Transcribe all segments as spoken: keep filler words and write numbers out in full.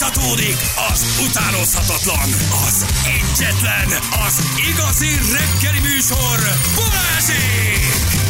Folytatódik az utánozhatatlan, az egyetlen, az igazi reggeli műsor, Balázsék!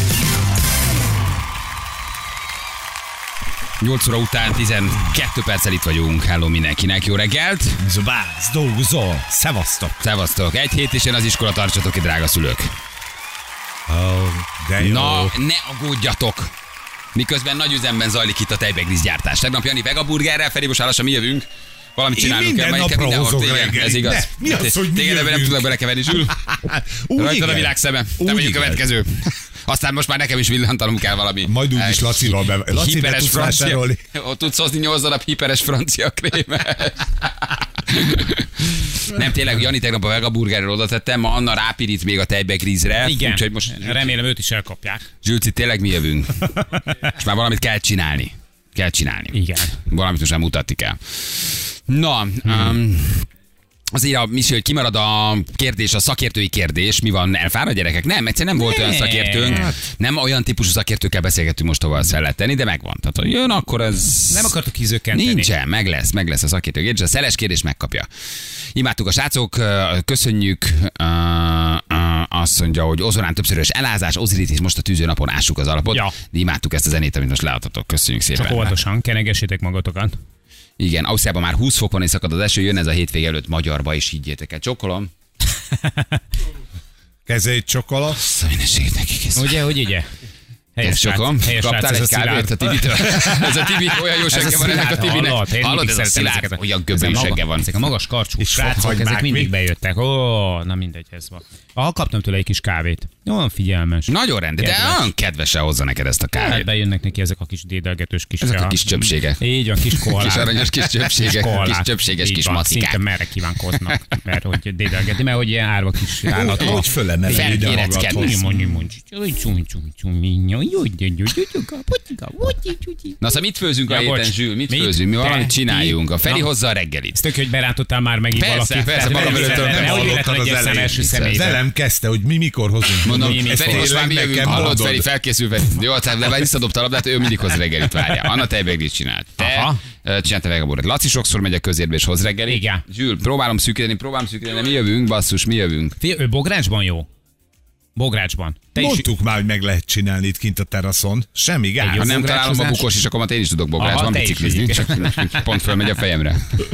nyolc óra után tizenkettő perccel itt vagyunk. Hello mindenkinek, jó reggelt! Zobász, dolgozol, szevasztok! Szevasztok! Egy hét és jön az iskola, tartsatok ki, drága szülők! Oh, de jó. Na, ne aggódjatok! Miközben nagy üzemben zajlik itt a tejbegrízgyártás. Tegnap Jani vegaburgerrel, Feri, most hálasan mi jövünk. Valamit Én csinálnunk kell, minden melyiket napra hozok igen, reggelit. ez igaz. Ne, mi az, hogy mi Téged ebben nem jövünk? tudok belekeverni, Zsül. Rajtad a világ szeme. Te vagy a következő. Aztán most már nekem is villantanom kell valami. Majd úgyis Lacival be... Laci, hiperes tudsz francia. vásárolni? Ott tudsz hozni nyolc darab hiperes francia krémet. Nem, tényleg, Jani tegnap a vegaburgerről oda tettem, ma Anna rápirít még a tejbegrízre. Igen, úgyhogy most remélem őt is elkapják. Zsülci, tényleg mi jövünk. És már valamit kell csinálni. Kell csinálni. Igen. Valamit most már mutatni kell. Na, um, azért a Misi, hogy kimarad a kérdés, a szakértői kérdés, mi van, elfárad gyerekek? Nem, egyszerűen nem volt olyan szakértőnk, nem olyan típusú szakértőkkel beszélgettünk most, ahol azt fel lehet tenni, de megvan. Tehát, hogy jön, akkor ez... Nem akartok kizökkenteni. Nincsen, meg lesz, meg lesz a szakértő kérdés, a szeles kérdés megkapja. Imádtuk a srácok, köszönjük, azt mondja, hogy ozonán többszörös elázás, oziritis, most a tűzőnapon ássuk az alapot, Ja. de imádtuk ezt a zenét, amit most leadtatok, köszönjük szépen. Csak óvatosan, kenegessétek magatokat. Igen, Ausztriában már húsz fokon és szakad az eső, jön ez a hétvége előtt Magyarba is, higgyétek el. Csokkolom. Kezét csokola. Szöjnességét nekik ez. Ugye, hogy ugye? Helyes csokom. Kaptál egy kávét a Tibitől? Ez a Tibi, olyan jó segge van ennek a Tibinek. Hallod, ez a Szilárd, olyan göbbölyű segge van. Ezek a magas karcsú És srácok, fokhagymák ezek mindig mi? bejöttek. Ó, na mindegy, ez van. Ah, kaptam tőle egy kis kávét. Olyan figyelmes. Nagyon rendben, de Kedves. olyan kedvesen hozza neked ezt a Hát kávét. bejönnek neki ezek a kis dédelgetős kis... Ezek a kis csöpségek. Így van, kis koalák. Kis aranyos kis csöpségek, koalák. kis csöpséges Így kis van, macikák. Szinte merre kívánkoznak, mert hogy dédelgetni, mert hogy ilyen árva kis állat. Hogy fölemeli ide Felkéreckedni. magadhoz. Mondj, mondj, Na szóval mit főzünk a Ja, héten, bocs. Zsül? Mit Mit? főzünk? Mi Te? valamit csináljunk. A Feri Na. hozza a reggelit. Ez tök, hogy berántottál már megint Persze, valakit. persze, Tehát magam nem előtt véletlen, nem nehogy hallottad véletlen az egyes szem elején. első személyben. Velem kezdte, hogy mi mikor hozunk. Mondom, Mi, mi, Feri, mi, most már mi tényleg jövünk, nekem hallod, mondod. Feri, felkészül Feri. Jó, tehát le visszadobta a labdát, ő mindig hoz reggelit, várja. Anna tejbegrit csinált. Te Aha. ö, csinálta vegaburgert. Laci sokszor megy a közérbe és hoz reggelit. Igen. Zsül, próbálom szűkíteni, próbálom szűkíteni, de mi jövünk, basszus, mi jövünk. Figyelj, ő Bográcsban jó. Bográcsban. Te is Mondtuk már, hogy meg lehet csinálni itt kint a teraszon. Semmi gáz. Ha nem bográcsozás? találom a bukós is, akkor majd én is tudok Aha, bográcsban te is biciklizni, figyelj. csak pont fölmegy a fejemre.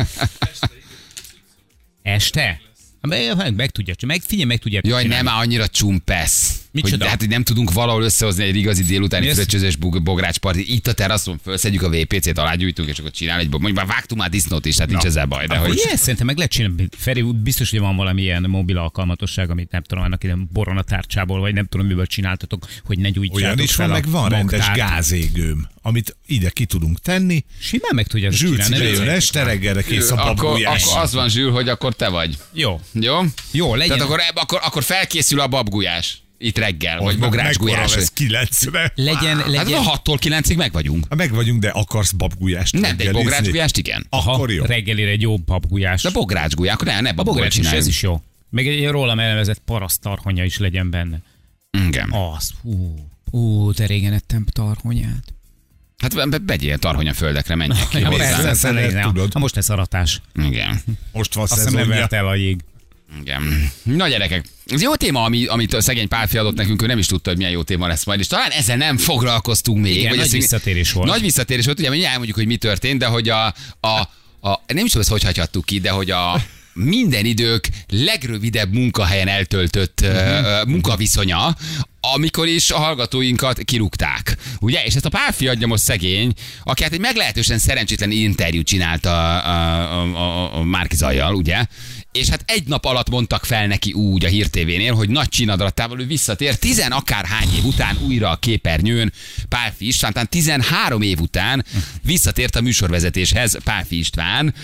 este? Meg, meg, meg tudja, meg figyelj, meg tudja. Jaj, csinálni. nem már annyira csumpesz. Hogy, Micsoda? de hát, hogy nem tudunk valahol összehozni egy igazi délutáni Mi ez? fröccsözős bug- bográcsparti. Itt a teraszon fölszedjük a vé pé cét, alágyújtunk, és akkor csinál egy bog. Mondjuk már vágtunk már disznót is, tehát nincs ezzel baj. De hogy... Ugye, szerintem meg lehet csinálni. Feri, biztos, hogy van valami ilyen mobil alkalmatosság, amit nem tudom, annak ilyen boronatárcsából, vagy nem tudom, miből csináltatok, hogy ne gyújtsátok Olyan is fel van, a meg van rendes magtárt. gázégőm, amit ide ki tudunk tenni. Simán meg tudja ezt Zsülci csinálni. bejön Ne este reggelre, kész a akkor, babgulyás. akkor az van, Zsül, hogy akkor te vagy. Jó. Jó? Jó, legyen. Tehát akkor, ebb- akkor, akkor felkészül a babgulyás. Itt reggel, vagy Az meg bográcsgulyás. mekkora lesz, kilencre. Legyen, Hát legyen. van hattól kilencig meg vagyunk. Ha meg vagyunk, de akarsz babgulyást Nem, de egy reggelizni? bográcsgulyást igen. Akkor jó. Reggelire egy jó babgulyás. De bográcsgulyás, akkor ne, ne A babgulyás bogrács is, ez csináljunk. is jó. Meg egy rólam elnevezett parasztarhonya is legyen benne. Igen. Az, hú, hú, de régen ettem tarhonyát. Hát be- vegyél tarhonya földekre, menjek ki Ja, hozzá. persze. persze, lehet, persze, tudod. ha most lesz aratás. Igen. Most van Azt hiszem nem szezonja. vert el a jég. Igen. Na gyerekek, ez jó téma, ami, amit a szegény Pálfi adott nekünk, ő nem is tudta, hogy milyen jó téma lesz majd, és talán ezzel nem foglalkoztunk még. Igen, vagy nagy ez- visszatérés volt. Nagy visszatérés volt, ugye mi elmondjuk, hogy mi történt, de hogy a, a, a nem is tudom, ezt hogy hagyhattuk ki, de hogy a minden idők legrövidebb munkahelyen eltöltött uh, munkaviszonya, amikor is a hallgatóinkat kirúgták. Ugye? És ezt a Pálfi adja most szegény, aki hát egy meglehetősen szerencsétlen interjút csinált a, a, a, a, a Márki Zajjal, ugye? És hát egy nap alatt mondtak fel neki úgy a Hír té vénél, hogy nagy csinadrattával ő visszatér tizen akárhány év után újra a képernyőn Pálfi István, tehát tizenhárom év után visszatért a műsorvezetéshez Pálfi István.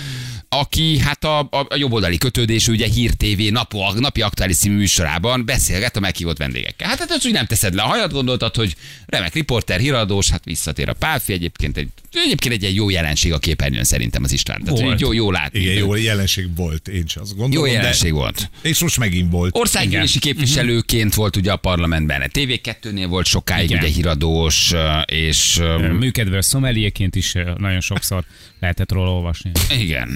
aki hát a, a, a jobboldali kötődésű, ugye Hír té vé napi, napi aktuális című műsorában beszélget a meghívott vendégekkel. Hát hát úgy nem teszed le a hajat, gondoltad, hogy remek riporter, híradós, hát visszatér a Pálfi, egyébként egy, egyébként egy ilyen jó jelenség a képernyőn szerintem az István. Tehát, jó, jó látni. Igen, jó jelenség volt, én sem azt gondolom. Jó jelenség de... volt. És most megint volt. Országgyűlési képviselőként volt ugye a parlamentben. té vé kettőnél volt sokáig igen. ugye híradós, és... Műkedvel szomeliéként is nagyon sokszor lehetett róla olvasni. Igen.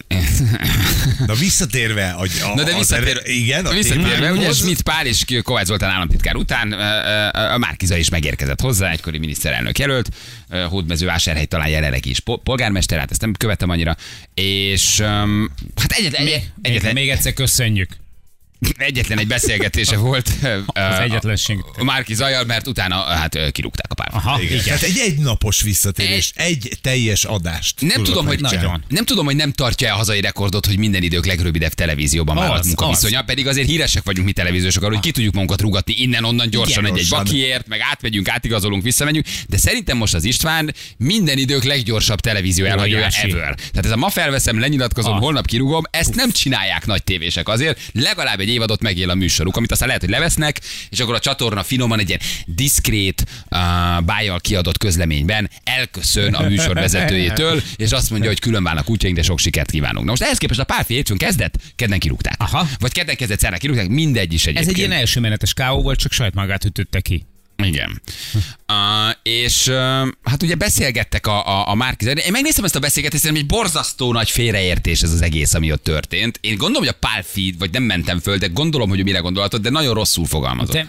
Na visszatérve, a, a, Na de visszatérve, az, igen, a visszatérve ugye Schmidt Pál és Kovács Zoltán államtitkár után a Márki-Zay is megérkezett hozzá, egykori miniszterelnök jelölt, Hódmezővásárhely talán jelenleg is polgármester, hát ezt nem követem annyira, és hát egyetlen, még, egyetlen, még egyszer köszönjük. Egyetlen egy beszélgetése volt az egyetlenség. a Márki-Zayjal, mert utána hát kirúgták a Pálfit. Aha, igen. Tehát egy egynapos visszatérés, egy, egy teljes adást. Nem tudom, hogy nagyon. Nem tudom, hogy nem tartja a hazai rekordot, hogy minden idők legrövidebb televízióban vállalt munkaviszonya, pedig azért híresek vagyunk mi televíziósok arról, hogy ki tudjuk magunkat rúgatni innen-onnan gyorsan egy-egy bakiért, meg átmegyünk, átigazolunk, visszamegyünk, de szerintem most az István minden idők leggyorsabb televízió elhagyója ever. Tehát ez a ma felveszem, lenyilatkozom, holnap kirúgom, ezt nem csinálják nagy tévések azért, legalább egy évadot megél a műsoruk, amit aztán lehet, hogy levesznek, és akkor a csatorna finoman egy ilyen diszkrét, uh, bájjal kiadott közleményben elköszön a műsor vezetőjétől, és azt mondja, hogy külön válnak útjaink, de sok sikert kívánunk. Na most ehhez képest a Pálfi hétfőn kezdett, kedden kirúgták. Aha. Vagy kedden kezdett, szerdán kirúgták, mindegy is egyébként. Ez egy ilyen első menetes ká ó volt, csak saját magát ütötte ki. Igen. Uh, és uh, hát ugye beszélgettek a, a, a Márki-Zay. Én megnéztem ezt a beszélgetést, szerintem egy borzasztó nagy félreértés ez az egész, ami ott történt. Én gondolom, hogy a Pálfi, vagy nem mentem föl, de gondolom, hogy mire gondolhatod, de nagyon rosszul fogalmazott. De...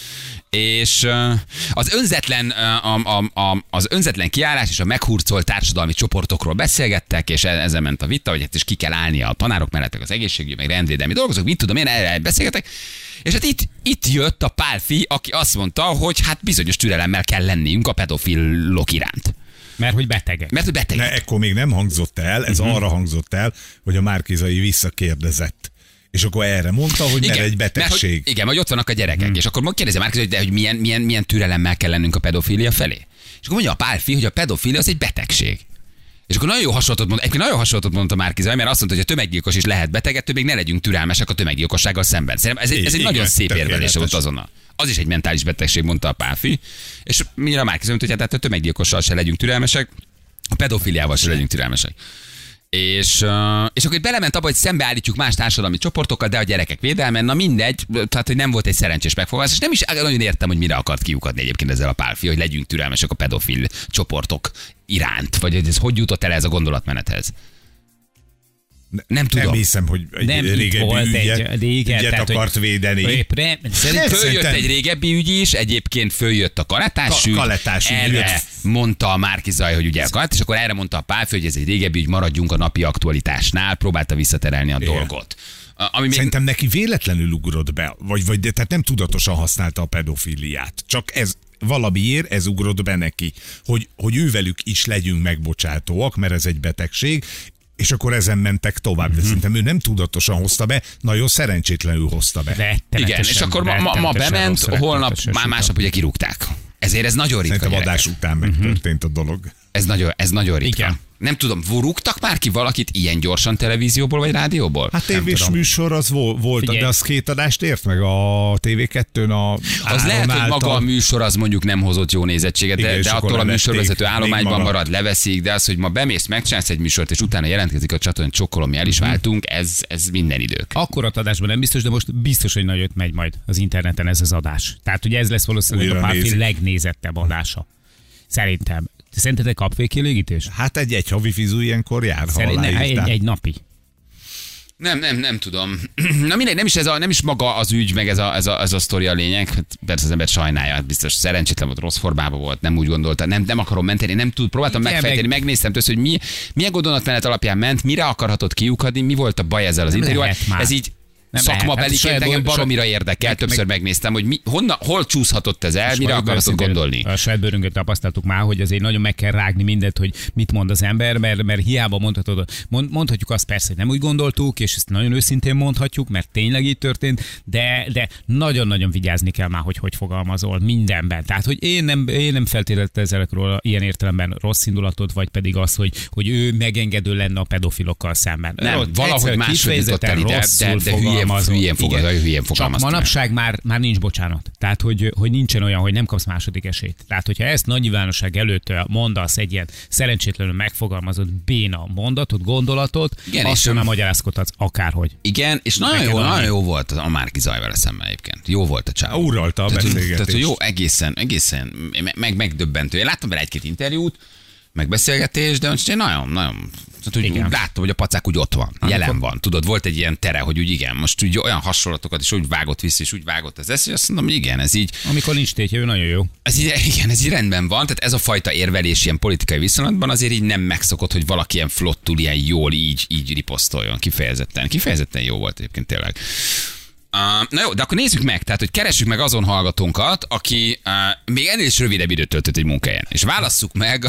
És uh, az önzetlen, uh, a, a, a, az önzetlen kiállás és a meghurcolt társadalmi csoportokról beszélgettek, és ezzel ment a vita, hogy hát is ki kell állni a tanárok mellett, meg az egészségügyi, meg rendvédelmi dolgozók, mit tudom én, erre beszélgetek. És hát itt, itt jött a Pálfi, aki azt mondta, hogy hát bizonyos türelemmel kell lenniünk a pedofilok iránt. Mert hogy betegek. Mert hogy betegek. Ne, ekkor még nem hangzott el, ez uh-huh. arra hangzott el, hogy a Márki-Zay visszakérdezett. És akkor erre mondta, hogy igen, mert egy betegség. Mert, hogy, igen, hogy ott vannak a gyerekek. Hmm. És akkor kérdezi Márki-Zay, de hogy milyen, milyen, milyen türelemmel kell lennünk a pedofília felé. És akkor mondja a Pálfi, hogy a pedofília az egy betegség. És akkor nagyon jó hasonlatot mond, egyébként nagyon hasonlatot mondta Márki-Zay, mert azt mondta, hogy a tömeggyilkos is lehet beteg, ettől még ne legyünk türelmesek a tömeggyilkossággal szemben. Szerintem ez egy, ez egy igen, nagyon szép érvelése volt azonnal. Az is egy mentális betegség, mondta a Pálfi. És mindjárt a Márki-Zay mondta, hogy hát a tömeggyilkossal se legyünk türelmesek, a pedofiliával se legyünk türelmesek. És, uh, és akkor itt belement abba, hogy szembeállítjuk más társadalmi csoportokkal, de a gyerekek védelmen, na mindegy, tehát hogy nem volt egy szerencsés megfogalmazás, és nem is nagyon értem, hogy mire akart kiukadni egyébként ezzel a Pálfi, hogy legyünk türelmesek a pedofil csoportok iránt, vagy hogy ez hogy jutott el ez a gondolatmenethez. Nem tudom. Nem hiszem, hogy egy nem régebbi volt ügyet, egy, igen, ügyet tehát, akart védeni. Épre, följött szerintem... egy régebbi ügy is, egyébként följött a Kalettás ügy. Ka- Kalettás ügy. Erre mondta a Márki-Zay, hogy ugye a Kalettás, és akkor erre mondta a Pálfi, hogy ez egy régebbi ügy, maradjunk a napi aktualitásnál, próbálta visszaterelni a igen. dolgot. Ami még... Szerintem neki véletlenül ugrott be, vagy, vagy tehát nem tudatosan használta a pedofiliát. Csak ez valamiért ez ugrott be neki, hogy, hogy ővelük is legyünk megbocsátóak, mert ez egy betegség, és akkor ezen mentek tovább, de mm-hmm. szerintem ő nem tudatosan hozta be, nagyon szerencsétlenül hozta be. Igen, és akkor ma, ma, ma bement, holnap, már másnap ugye kirúgták. Ezért ez nagyon ritka. Szerintem adás után megtörtént a dolog. Ez nagyon, ez nagyon ritka. Igen. Nem tudom, rúgtak már ki valakit ilyen gyorsan televízióból vagy rádióból? Hát tévés műsor az volt, de az két adást ért meg a té vé kettőn a az lehet, hogy maga a műsor az mondjuk nem hozott jó nézettséget, de, de attól a műsorvezető állományban marad, leveszik, de az, hogy ma bemész, megcsinálsz egy műsort, és utána jelentkezik a csatornán, csokolom, mi el is váltunk, ez, ez minden idők. Akkor a adásban nem biztos, de most biztos, hogy nagyot megy majd az interneten ez az adás. Tehát ugye ez lesz valószínűleg újra a Pálfi legnézettebb adása. Szerintem. Szerintetek kap végkielégítés? Hát egy egy havi fizu ilyenkor jár, ha ne, egy, egy napi. Nem, nem, nem tudom. Na mindegy, nem is, ez a, nem is maga az ügy, meg ez a, ez a, ez a sztori a lényeg. Hát persze az ember sajnálja, hát biztos szerencsétlen volt, rossz formában volt, nem úgy gondolta, nem, nem akarom menteni, nem tud, próbáltam igen, megfejteni, meg... megnéztem tőle, hogy mi, milyen gondolatmenet alapján ment, mire akarhatott kiukadni, mi volt a baj ezzel az interjúval. Ez így Szakmabeliként hát engem baromira érdekel, meg, többször meg, megnéztem, hogy mi, honna, hol csúszhatott ez el, mire akartod gondolni. A saját bőrünkön tapasztaltuk már, hogy azért nagyon meg kell rágni mindent, hogy mit mond az ember, mert, mert hiába mondhatod, mond, mondhatjuk azt persze, hogy nem úgy gondoltuk, és ezt nagyon őszintén mondhatjuk, mert tényleg így történt, de, de nagyon-nagyon vigyázni kell már, hogy hogy fogalmazol mindenben. Tehát, hogy én nem, én nem feltétlenül ezekről ilyen értelemben rossz indulatot, vagy pedig az, hogy, hogy ő megengedő lenne a pedofilokkal szemben. Nem, Rod, valahogy máshogy jutott el ide, de, de hülyén, hülyén, fogad, hülyén fogalmaztam. Manapság már, már nincs bocsánat. Tehát, hogy, hogy nincsen olyan, hogy nem kapsz második esélyt. Tehát, hogyha ezt nagy nyilvánosság előtt mondasz egy ilyen szerencsétlenül megfogalmazott béna mondatot, gondolatot, igen, azt sem magyarázkodhatsz akárhogy. Igen, és nagyon jó, nagyon jó volt a Márki Zajval szemben egyébként. Jó volt a csávó. Uralta a beszélgetést. Tehát, hogy jó, egészen, egészen meg, megdöbbentő. Én láttam vele egy-két interjút, megbeszélgetés, de most én nagyon, nagyon, tehát úgy, úgy láttam, hogy a pacák úgy ott van, amikor... jelen van. Tudod, volt egy ilyen tere, hogy úgy igen, most úgy olyan hasonlatokat is úgy vágott vissza, és úgy vágott az esz, hogy azt mondom, hogy igen, ez így. Amikor nincs tétje, ő nagyon jó. Ez így, igen, ez így rendben van, tehát ez a fajta érvelés ilyen politikai viszonylatban azért így nem megszokott, hogy valaki ilyen flottul, ilyen jól így, így riposztoljon, kifejezetten. Kifejezetten jó volt egyébként tényleg. Uh, na jó, de akkor nézzük meg, tehát, hogy keressük meg azon hallgatónkat, aki uh, még ennél is rövidebb időt töltött egy munkahelyen. És válasszuk meg a...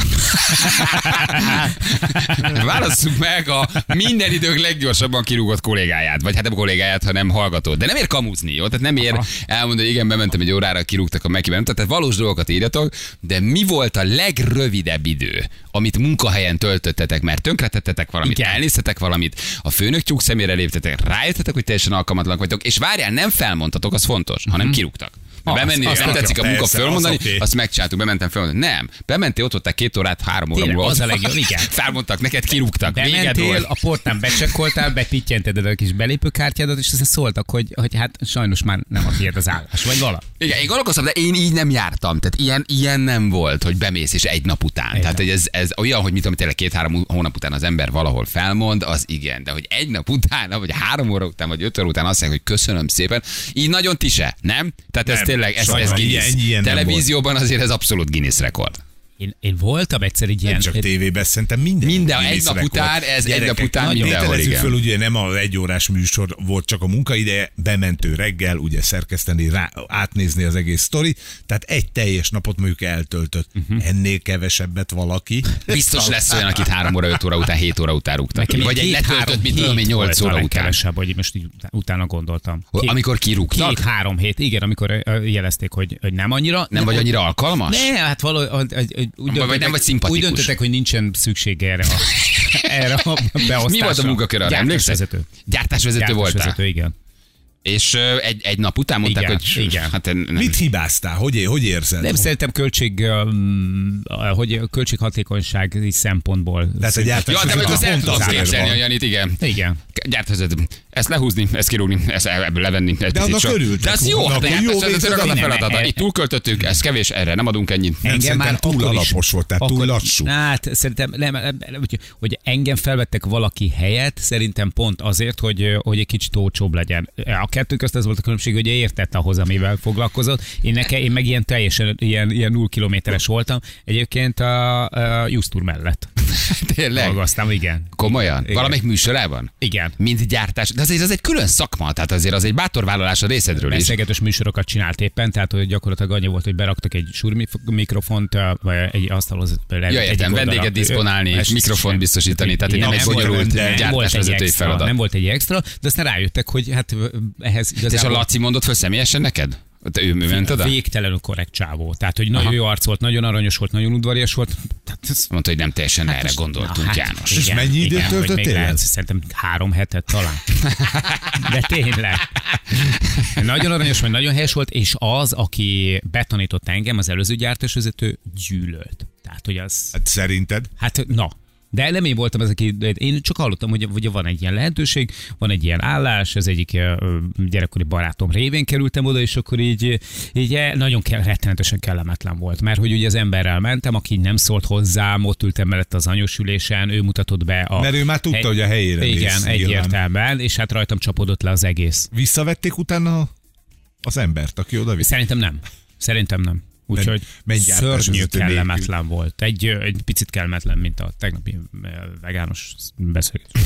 válasszuk meg a minden idők leggyorsabban kirúgott kollégáját. Vagy hát nem kollégáját, hanem hallgatót. De nem ér kamuzni, jó? Tehát nem ér elmondani, hogy igen, bementem egy órára, kirúgtak a mekiben. Tehát valós dolgokat írjatok, de mi volt a legrövidebb idő, amit munkahelyen töltöttetek, mert tönkretettetek valamit, igen. Elnéztetek valamit, a főnök tyúk szemére léptetek, rájöttetek, hogy teljesen alkalmatlanak vagytok, és várjál, nem felmondtatok, az fontos, hanem mm-hmm. kirúgtak. Bemenni, azt, nem tetszik a munka persze, fölmondani, az okay. Azt megcsináltuk, bementem fölmondani. Nem, bementél, ott voltál két órát, három óra múlva. Az a legjobb, igen. Felmondtak, neked kirúgtak. Bementél, a portán becsekkoltál, bepityented a kis belépőkártyádat, és aztán szóltak, hogy, hogy hát sajnos már nem a tiéd az állás, vagy vala. Igen, én gondolkoztam, de én így nem jártam. Tehát ilyen, ilyen nem volt, hogy bemész és egy nap után. Egy Tehát nap. Ez, ez olyan, hogy mit tudom, tényleg két-három hónap után az ember valahol felmond, az igen. De hogy egy nap után, vagy három óra után, vagy öt óra után azt mondják, hogy köszönöm szépen, így nagyon ti se, nem? Tehát ez nem, tényleg, ez, ez Guinness. Ilyen, televízióban azért ez abszolút Guinness rekord. Én, én voltam egyszer egy ilyen... Nem csak tévében, szerintem minden. Minden, egy nap után, ez Gyerekek, egy nap után mindenhol, igen. Föl, ugye nem az egy órás műsor volt csak a munkaideje, bementő reggel, ugye szerkeszteni, rá, átnézni az egész sztori, tehát egy teljes napot mondjuk eltöltött. Uh-huh. Ennél kevesebbet valaki. Biztos lesz olyan, akit három óra, öt óra után, hét óra után rúgtak. Vagy egy letöltött, mit tudom én, nyolc óra után. Kevesebb, hogy most így utána gondoltam. Két, amikor kirúgtak? Két-három hét, igen, amikor jelezték, hogy, hogy nem annyira. Nem vagy annyira alkalmas? Ne, hát valahogy úgy vagy nem vagy szimpatikus. Úgy döntöttek, hogy nincsen szükség erre a, erre a beosztásra. Mi volt a munkakör? Gyártásvezető. Gyártásvezető voltál? Gyártásvezető, igen. És egy, egy nap után mondták, igen, hogy... Igen. Hát nem. Mit hibáztál? Hogy, hogy érzed? Nem szerintem költség, hogy költséghatékonysági szempontból. Tehát a gyártásvezető. Ja, de most el tudom képzelni a Janit, igen. Igen. Gyártásvezető. Ezt lehúzni, ezt kirúgni, ezt ebből levenni. De annak örültek. De ez jó, de gyártásvezetőnek az a feladata. Itt túlköltöttük, ez kevés, erre nem adunk ennyit. Engem már túl alapos volt, tehát túl lassú. Hát szerintem, nem, hogy engem felvettek valaki helyet, szerintem pont azért, hogy, hogy egy kicsit olcsóbb legyen. A kettő közt az volt a különbség, hogy értett ahhoz, amivel foglalkozott. Én, neke, én meg ilyen teljesen ilyen, ilyen null kilométeres voltam. Egyébként a, a Justur mellett. Tényleg? Dolgoztam, igen. Komolyan? Igen. Valamelyik műsorában? Igen. Mint gyártás. De azért az egy külön szakma, tehát azért az egy bátor vállalás a részedről is. Beszélgetős műsorokat csinált éppen, tehát hogy gyakorlatilag annyi volt, hogy beraktak egy súrmikrofont, vagy egy asztalhoz. Ja, értem, vendéget diszponálni, és mikrofont biztosítani, tehát nem egy bonyolult gyártásvezetői feladat. Nem volt egy extra, de aztán rájöttek, hogy hát ehhez igazából... És a Laci mondott föl személyesen neked? Te ő ment oda? Végtelenül korrekt csávó. Tehát, hogy nagyon Aha. jó arc volt, nagyon aranyos volt, nagyon udvarias volt. Ez... Mondta, hogy nem teljesen hát erre gondoltunk, hát, János. És igen, mennyi időt töltöttél? Szerintem három hetet talán. De tényleg. Nagyon aranyos, vagy nagyon helyes volt, és az, aki betanított engem, az előző gyártásvezető, gyűlölt. Tehát, hogy az... Hát szerinted? Hát, na. De nem én voltam ez, aki, én csak hallottam, hogy, hogy van egy ilyen lehetőség, van egy ilyen állás, ez egyik gyerekkori barátom révén kerültem oda, és akkor így, így nagyon kell, rettenetesen kellemetlen volt, mert hogy ugye az emberrel mentem, aki nem szólt hozzám, ott ültem mellett az anyósülésen, ő mutatott be a... Mert ő már tudta, hely, hogy a helyére igen, mész. Egyértelműen, és hát rajtam csapodott le az egész. Visszavették utána az embert, aki oda vitt? Szerintem nem. Szerintem nem. Úgyhogy Mennyártás szörnyű vezető kellemetlen nélkül. volt. Egy, egy picit kellemetlen, mint a tegnapi eh, vegános beszélgetés.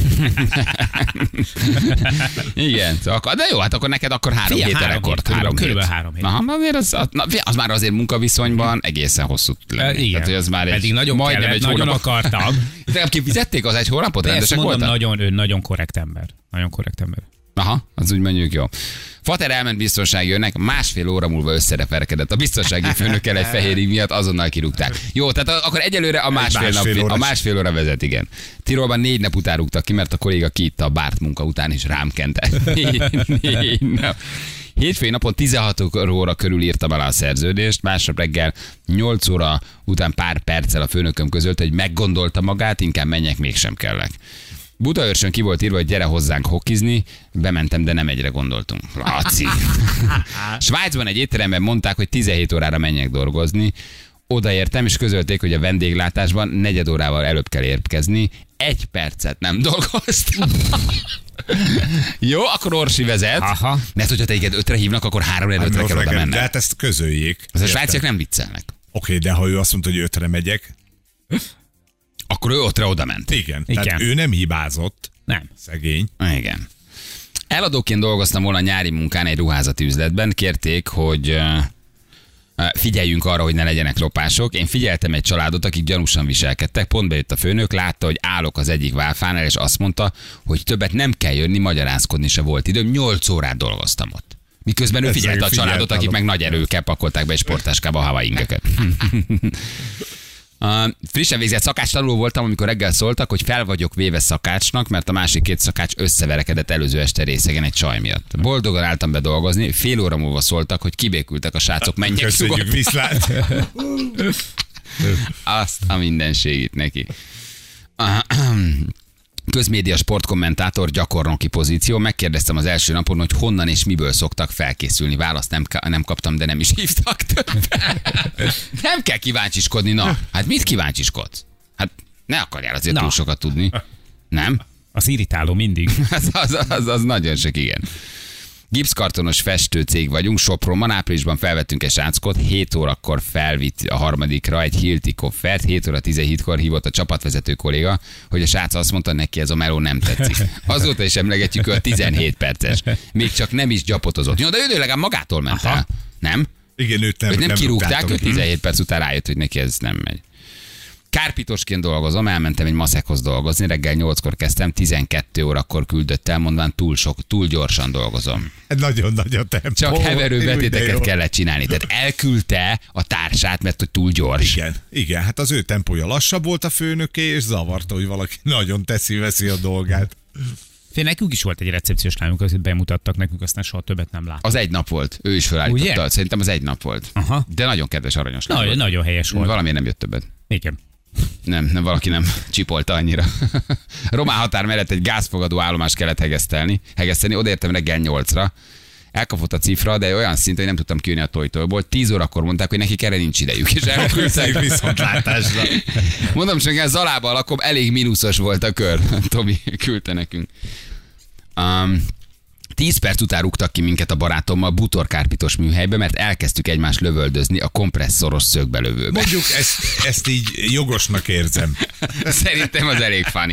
Igen, akkor- de jó, hát akkor neked akkor három Figyelj, hét három rekord. hét, körülbelül- hét. körülbelül három hét. Aha, azért az, az, na, az már azért munkaviszonyban egészen hosszú tud lenni. Eh, Igen, Tehát, hogy az már egy, pedig nagyon majdnem kellett, egy nagyon hónap. akartam. De ki fizették az egy hónapot? De ezt Rendesek mondom, voltak? nagyon, ő nagyon korrekt ember. Nagyon korrekt ember. Aha, az úgy mondjuk jó. Fater elment biztonsági önnek, másfél óra múlva összereperkedett. A biztonsági főnökkel egy fehérig miatt azonnal kirúgták. Jó, tehát akkor egyelőre a másfél, másfél nap, a órás. másfél óra vezet, igen. Tirolban négy nap után rúgtak ki, mert a kolléga kiitta a bárt munka után, és rám kente. Négy, négy nap. Hétfői napon tizenhat óra körül írtam alá a szerződést, másnap reggel nyolc óra után pár perccel a főnököm közölte, hogy meggondolta magát, inkább menjek, mégsem kellek. Budaörsön ki volt írva, hogy gyere hozzánk hokizni, bementem, de nem egyre gondoltunk. Laci. Svájcban egy étteremben mondták, hogy tizenhét órára menjek dolgozni. Odaértem, és közölték, hogy a vendéglátásban negyed órával előbb kell érkezni. Egy percet nem dolgoztam. Jó, akkor Orsi vezet. Aha. Mert hogyha téged ötre hívnak, akkor három Hát, ötre kell oda de menned. hát ezt közöljék. Ez a Érted? svájciak nem viccelnek. Oké, de ha ő azt mondta, hogy ötre megyek, Akkor ő ötre oda ment. igen. Igen. Tehát ő nem hibázott, Nem. szegény. Igen. Eladóként dolgoztam volna nyári munkán egy ruházati üzletben. Kérték, hogy ö, ö, figyeljünk arra, hogy ne legyenek lopások. Én figyeltem egy családot, akik gyanúsan viselkedtek. Pont bejött a főnök, látta, hogy állok az egyik válfánál, és azt mondta, hogy többet nem kell jönni, magyarázkodni se volt időm. Nyolc órát dolgoztam ott. Miközben ő Ez figyelte a figyelt családot, akik állok. meg nagy erőkkel pakolták be egy sportáskába a Hawaii ingeket. Uh, frissen végzett szakács-tanuló voltam, amikor reggel szóltak, hogy fel vagyok véve szakácsnak, mert a másik két szakács összeverekedett előző este részegen egy csaj miatt. Boldogan álltam be dolgozni, fél óra múlva szóltak, hogy kibékültek a srácok, menjek Köszönjük, nyugodtan. viszlát. Azt a mindenségit neki. Közmédia sportkommentátor, gyakornoki pozíció. Megkérdeztem az első napon, hogy honnan és miből szoktak felkészülni. Választ nem, nem kaptam, de nem is hívtak többet. Nem kell kíváncsiskodni, na. Hát mit kíváncsiskodsz? Hát ne akarjál azért Na. túl sokat tudni. Nem? Az irritáló mindig. Az, az, az, az nagyon sok, igen. Gipszkartonos festőcég vagyunk, Sopronban, áprilisban felvettünk egy sáckot, hét órakor felvitt a harmadikra egy Hilti koffert, hét óra tizenhétkor hívott a csapatvezető kolléga, hogy a srác azt mondta, neki ez a meló nem tetszik. Azóta is emlegetjük ő a tizenhét perces. Még csak nem is gyapotozott. Jó, de ő legalább magától ment el. Nem? Igen, őt nem, Őt nem, nem kirúgták, rúgtátok. ő tizenhét perc után rájött, hogy neki ez nem megy. Kárpitosként dolgozom, elmentem egy maszekhoz dolgozni, reggel nyolckor kezdtem, tizenkét órakor küldött el, mondván túl sok, túl gyorsan dolgozom. Nagyon nagy a tempó. Csak heverő Jó, de betéteket jó. kellett csinálni. Tehát elküldte a társát, mert hogy túl gyors. Igen, igen, hát az ő tempója lassabb volt a főnöké, és zavarta, hogy valaki nagyon teszi-veszi a dolgát. Fél, nekünk is volt egy recepciós lányunk, akit bemutattak nekünk, aztán soha többet nem láttuk. Az egy nap volt. Ő is felállította. Ugye? Szerintem az egy nap volt. Aha. De nagyon kedves, aranyos. lány Nagyon, volt. nagyon helyes volt. Valamiért nem jött többet. Igen. Nem, nem, valaki nem csipolta annyira. Román határ mellett egy gázfogadó állomást kellett hegesztelni. hegeszteni. Odaértem reggel nyolcra. Elkapott a cifra, de olyan szinten, hogy nem tudtam kijönni a tojtólból. Tíz órakor mondták, hogy nekik erre nincs idejük, és elküldtek viszontlátásra. Mondom, csak ilyen Zalában lakom, elég mínuszos volt a kör. Tomi küldte nekünk. Um, Tíz perc után rúgtak ki minket a barátommal butorkárpitos műhelybe, mert elkezdtük egymást lövöldözni a kompresszoros szögbelövőbe. Mondjuk ezt, ezt így jogosnak érzem. Szerintem az elég funny.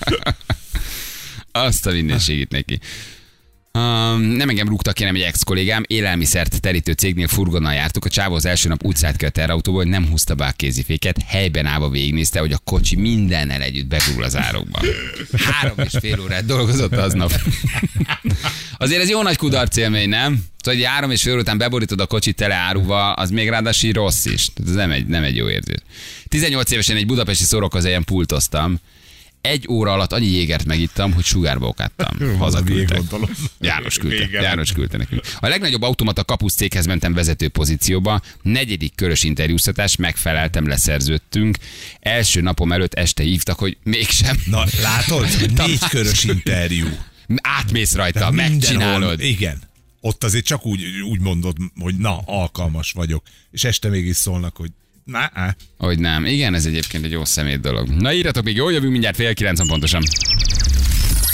Azt a mindenségét neki. Um, nem engem rúgtak ki, hanem egy ex-kollégám. Élelmiszert terítő cégnél furgonnal jártuk. A csávó az első nap úgy szállt ki a terautóból, hogy nem húzta be a kéziféket. Helyben állva végignézte, hogy a kocsi mindennel együtt begurul az árokba. Három és fél órát dolgozott aznap. Azért ez jó nagy kudarc élmény, nem? Szóval, hogy három és fél óra után beborítod a kocsit tele áruval, az még ráadásul rossz is. Ez nem egy, nem egy jó érzés. tizennyolc évesen egy budapesti szórakozhelyen pultoztam. Egy óra alatt annyi jégert megittam, hogy sugárba okádtam. Hazaküldtek. János küldte, János küldte nekünk. A legnagyobb automata kapusz céghez mentem vezető pozícióba. Negyedik körös interjúztatás, megfeleltem, leszerződtünk. Első napom előtt este hívtak, hogy mégsem. Na, látod? Négy körös interjú. Átmész rajta, Tehát megcsinálod. mindenhol- Igen. Ott azért csak úgy, úgy mondod, hogy na, alkalmas vagyok. És este mégis szólnak, hogy na, á. Hogy nem. Igen, ez egyébként egy jó szemét dolog. Na írjatok még, jól jövünk mindjárt fél kilencen pontosan.